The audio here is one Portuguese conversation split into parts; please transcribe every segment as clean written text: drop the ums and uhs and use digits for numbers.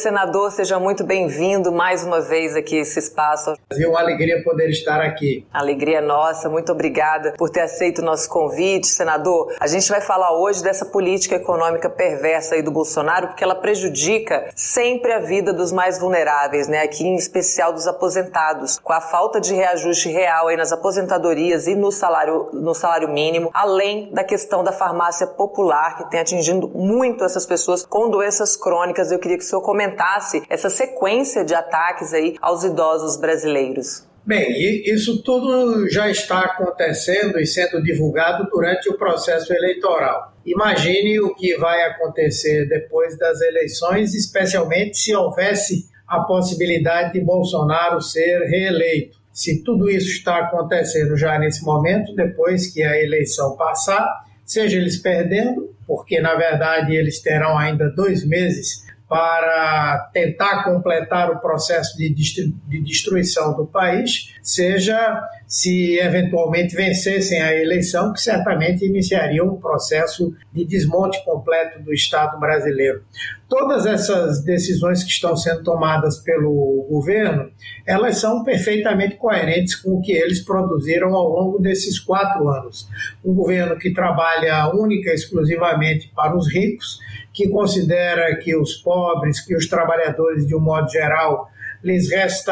senador, seja muito bem-vindo mais uma vez aqui a esse espaço. É uma alegria poder estar aqui. Alegria nossa, muito obrigada por ter aceito o nosso convite, senador. A gente vai falar hoje dessa política econômica perversa aí do Bolsonaro, porque ela prejudica sempre a vida dos mais vulneráveis, né? Aqui em especial dos aposentados, com a falta de reajuste real aí nas aposentadorias e no salário mínimo, além da questão da farmácia popular, que tem atingindo muito essas pessoas com doenças crônicas. Eu queria que o senhor comentasse essa sequência de ataques aí aos idosos brasileiros. Bem, isso tudo já está acontecendo e sendo divulgado durante o processo eleitoral. Imagine o que vai acontecer depois das eleições, especialmente se houvesse a possibilidade de Bolsonaro ser reeleito. Se tudo isso está acontecendo já nesse momento, depois que a eleição passar, seja eles perdendo, porque na verdade eles terão ainda 2 meses para tentar completar o processo de destruição do país, seja se eventualmente vencessem a eleição, que certamente iniciaria um processo de desmonte completo do Estado brasileiro. Todas essas decisões que estão sendo tomadas pelo governo, elas são perfeitamente coerentes com o que eles produziram ao longo desses 4 anos. Um governo que trabalha única e exclusivamente para os ricos, que considera que os pobres, que os trabalhadores de um modo geral, a eles resta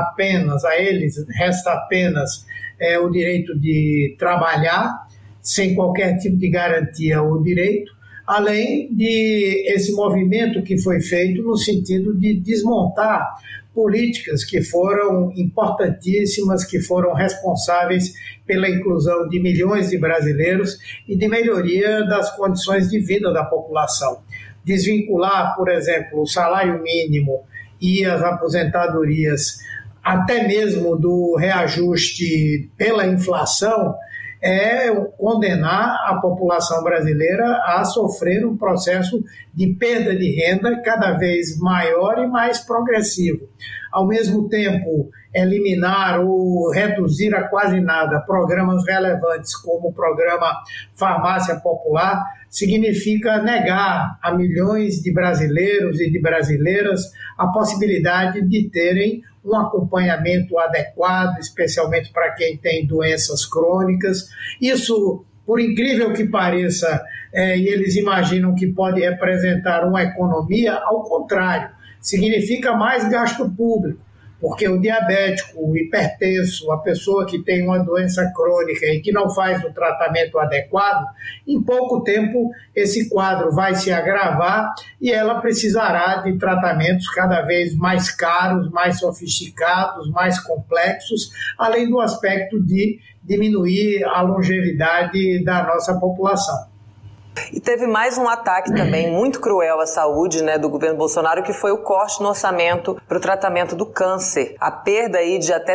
apenas o direito de trabalhar, sem qualquer tipo de garantia ao direito, além de esse movimento que foi feito no sentido de desmontar políticas que foram importantíssimas, que foram responsáveis pela inclusão de milhões de brasileiros e de melhoria das condições de vida da população. Desvincular, por exemplo, o salário mínimo e as aposentadorias, até mesmo do reajuste pela inflação, é condenar a população brasileira a sofrer um processo de perda de renda cada vez maior e mais progressivo. Ao mesmo tempo, eliminar ou reduzir a quase nada programas relevantes como o programa Farmácia Popular significa negar a milhões de brasileiros e de brasileiras a possibilidade de terem um acompanhamento adequado, especialmente para quem tem doenças crônicas. Isso, por incrível que pareça, e eles imaginam que pode representar uma economia, ao contrário, significa mais gasto público, porque o diabético, o hipertenso, a pessoa que tem uma doença crônica e que não faz o tratamento adequado, em pouco tempo esse quadro vai se agravar e ela precisará de tratamentos cada vez mais caros, mais sofisticados, mais complexos, além do aspecto de diminuir a longevidade da nossa população. E teve mais um ataque também muito cruel à saúde, né, do governo Bolsonaro, que foi o corte no orçamento para o tratamento do câncer. A perda aí de até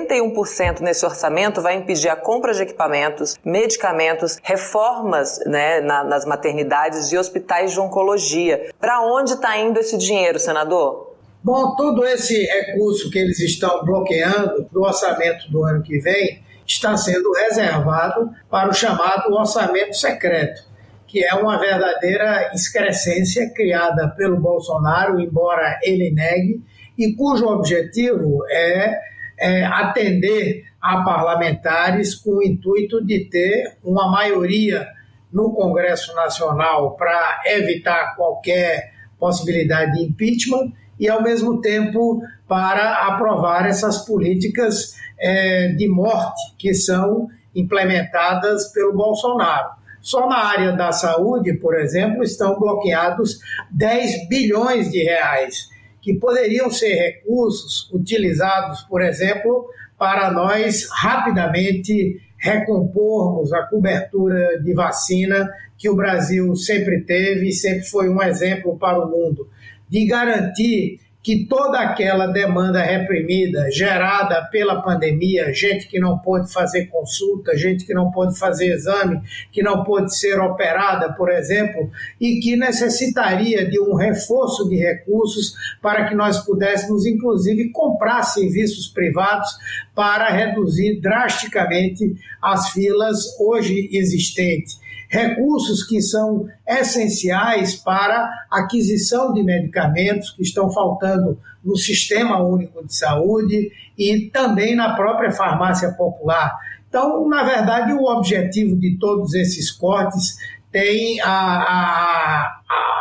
61% nesse orçamento vai impedir a compra de equipamentos, medicamentos, reformas, né, nas maternidades e hospitais de oncologia. Para onde está indo esse dinheiro, senador? Bom, todo esse recurso que eles estão bloqueando do orçamento do ano que vem está sendo reservado para o chamado orçamento secreto, que é uma verdadeira excrescência criada pelo Bolsonaro, embora ele negue, e cujo objetivo é atender a parlamentares com o intuito de ter uma maioria no Congresso Nacional para evitar qualquer possibilidade de impeachment e, ao mesmo tempo, para aprovar essas políticas de morte que são implementadas pelo Bolsonaro. Só na área da saúde, por exemplo, estão bloqueados 10 bilhões de reais, que poderiam ser recursos utilizados, por exemplo, para nós rapidamente recompormos a cobertura de vacina que o Brasil sempre teve e sempre foi um exemplo para o mundo, de garantir que toda aquela demanda reprimida gerada pela pandemia, gente que não pôde fazer consulta, gente que não pôde fazer exame, que não pôde ser operada, por exemplo, e que necessitaria de um reforço de recursos para que nós pudéssemos, inclusive, comprar serviços privados para reduzir drasticamente as filas hoje existentes. recursos que são essenciais para a aquisição de medicamentos que estão faltando no Sistema Único de Saúde e também na própria farmácia popular. Então, na verdade, o objetivo de todos esses cortes tem a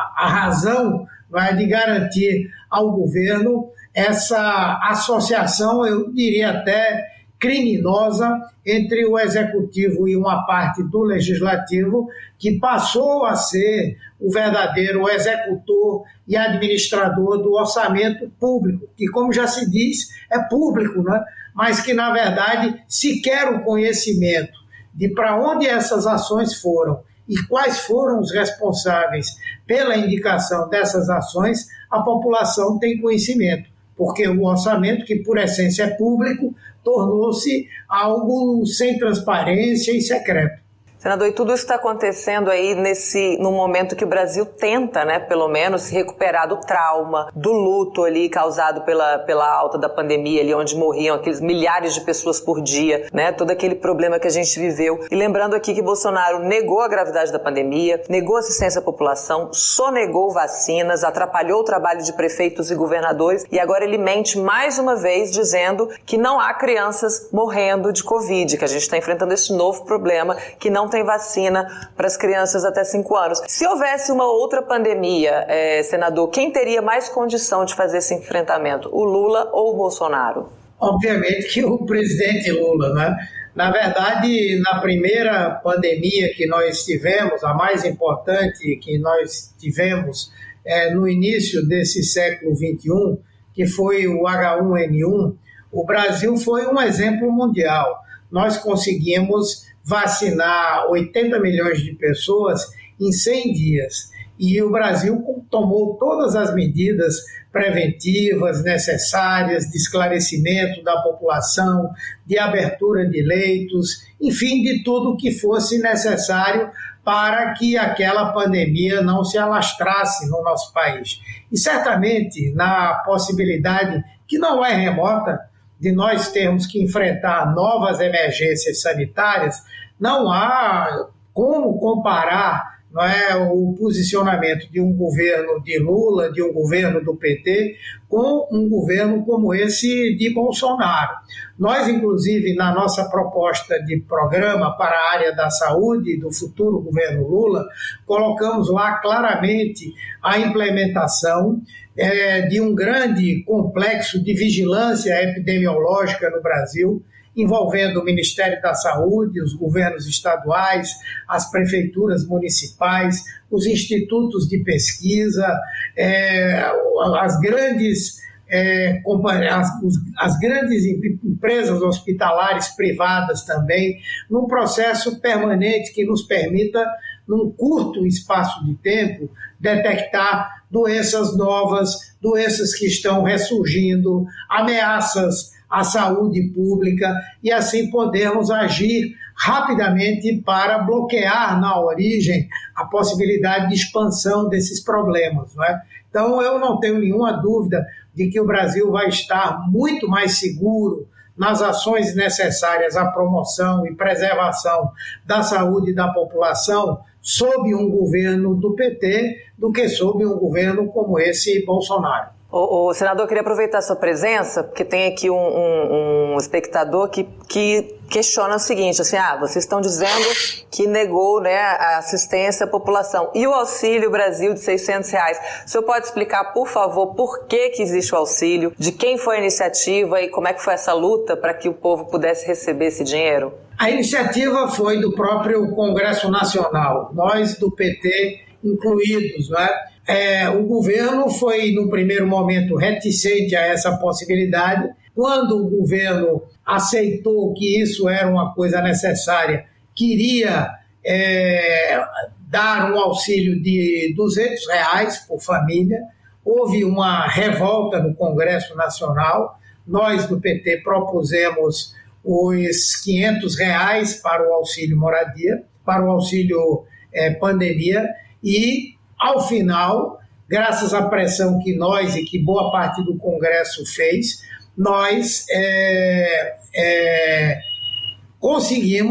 razão, né, de garantir ao governo essa associação, eu diria até criminosa, entre o Executivo e uma parte do Legislativo, que passou a ser o verdadeiro executor e administrador do orçamento público, que, como já se diz, é público, né? Mas que, na verdade, sequer o conhecimento de para onde essas ações foram e quais foram os responsáveis pela indicação dessas ações, a população tem conhecimento, porque o orçamento, que por essência é público, tornou-se algo sem transparência e secreto. Senador, e tudo isso está acontecendo aí no momento que o Brasil tenta, né, pelo menos, se recuperar do trauma, do luto ali causado pela alta da pandemia, ali onde morriam aqueles milhares de pessoas por dia, né, todo aquele problema que a gente viveu. E lembrando aqui que Bolsonaro negou a gravidade da pandemia, negou assistência à população, sonegou vacinas, atrapalhou o trabalho de prefeitos e governadores e agora ele mente mais uma vez dizendo que não há crianças morrendo de Covid, que a gente está enfrentando esse novo problema, que não tem vacina para as crianças até 5 anos. Se houvesse uma outra pandemia, senador, quem teria mais condição de fazer esse enfrentamento, o Lula ou o Bolsonaro? Obviamente que o presidente Lula, né? Na verdade, na primeira pandemia que nós tivemos, a mais importante que nós tivemos no início desse século XXI, que foi o H1N1, o Brasil foi um exemplo mundial. Nós conseguimos vacinar 80 milhões de pessoas em 100 dias. E o Brasil tomou todas as medidas preventivas necessárias, de esclarecimento da população, de abertura de leitos, enfim, de tudo que fosse necessário para que aquela pandemia não se alastrasse no nosso país. E certamente, na possibilidade, que não é remota, de nós termos que enfrentar novas emergências sanitárias, não há como comparar, não é, o posicionamento de um governo de Lula, de um governo do PT, com um governo como esse de Bolsonaro. Nós, inclusive, na nossa proposta de programa para a área da saúde do futuro governo Lula, colocamos lá claramente a implementação de um grande complexo de vigilância epidemiológica no Brasil, envolvendo o Ministério da Saúde, os governos estaduais, as prefeituras municipais, os institutos de pesquisa, as grandes empresas hospitalares privadas também, num processo permanente que nos permita, num curto espaço de tempo, detectar doenças novas, doenças que estão ressurgindo, ameaças à saúde pública e assim podermos agir rapidamente para bloquear na origem a possibilidade de expansão desses problemas, não é? Então, eu não tenho nenhuma dúvida de que o Brasil vai estar muito mais seguro nas ações necessárias à promoção e preservação da saúde da população sob um governo do PT do que sob um governo como esse Bolsonaro. O senador, queria aproveitar a sua presença, porque tem aqui um espectador que questiona o seguinte, assim, vocês estão dizendo que negou, né, a assistência à população. E o Auxílio Brasil de R$600? O senhor pode explicar, por favor, por que existe o auxílio, de quem foi a iniciativa e como é que foi essa luta para que o povo pudesse receber esse dinheiro? A iniciativa foi do próprio Congresso Nacional, nós do PT incluídos, né? O governo foi, no primeiro momento, reticente a essa possibilidade. Quando o governo aceitou que isso era uma coisa necessária, queria dar um auxílio de R$200 por família. Houve uma revolta no Congresso Nacional. Nós, do PT, propusemos os R$500 para o auxílio moradia, para o auxílio pandemia, e ao final, graças à pressão que nós e que boa parte do Congresso fez, nós conseguimos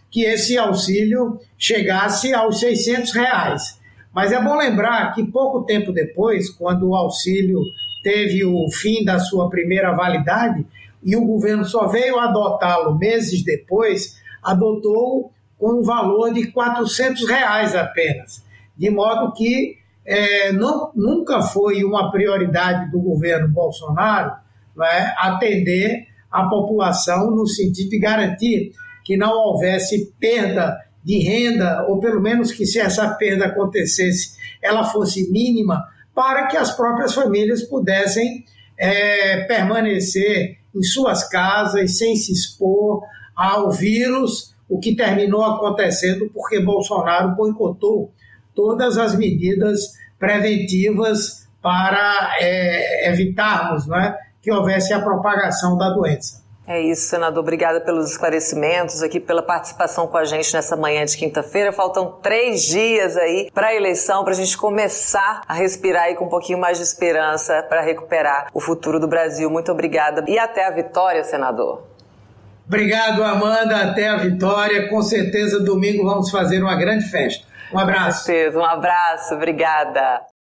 que esse auxílio chegasse aos R$600. Mas é bom lembrar que pouco tempo depois, quando o auxílio teve o fim da sua primeira validade e o governo só veio adotá-lo meses depois, adotou com um valor de R$400 apenas, de modo que nunca foi uma prioridade do governo Bolsonaro, né, atender a população no sentido de garantir que não houvesse perda de renda, ou pelo menos que se essa perda acontecesse, ela fosse mínima, para que as próprias famílias pudessem permanecer em suas casas sem se expor ao vírus, o que terminou acontecendo porque Bolsonaro boicotou todas as medidas preventivas para evitarmos, né, que houvesse a propagação da doença. É isso, senador. Obrigada pelos esclarecimentos aqui, pela participação com a gente nessa manhã de quinta-feira. Faltam 3 dias aí para a eleição, para a gente começar a respirar aí com um pouquinho mais de esperança para recuperar o futuro do Brasil. Muito obrigada e até a vitória, senador. Obrigado, Amanda. Até a vitória. Com certeza, domingo vamos fazer uma grande festa. Um abraço. Com certeza. Um abraço. Obrigada.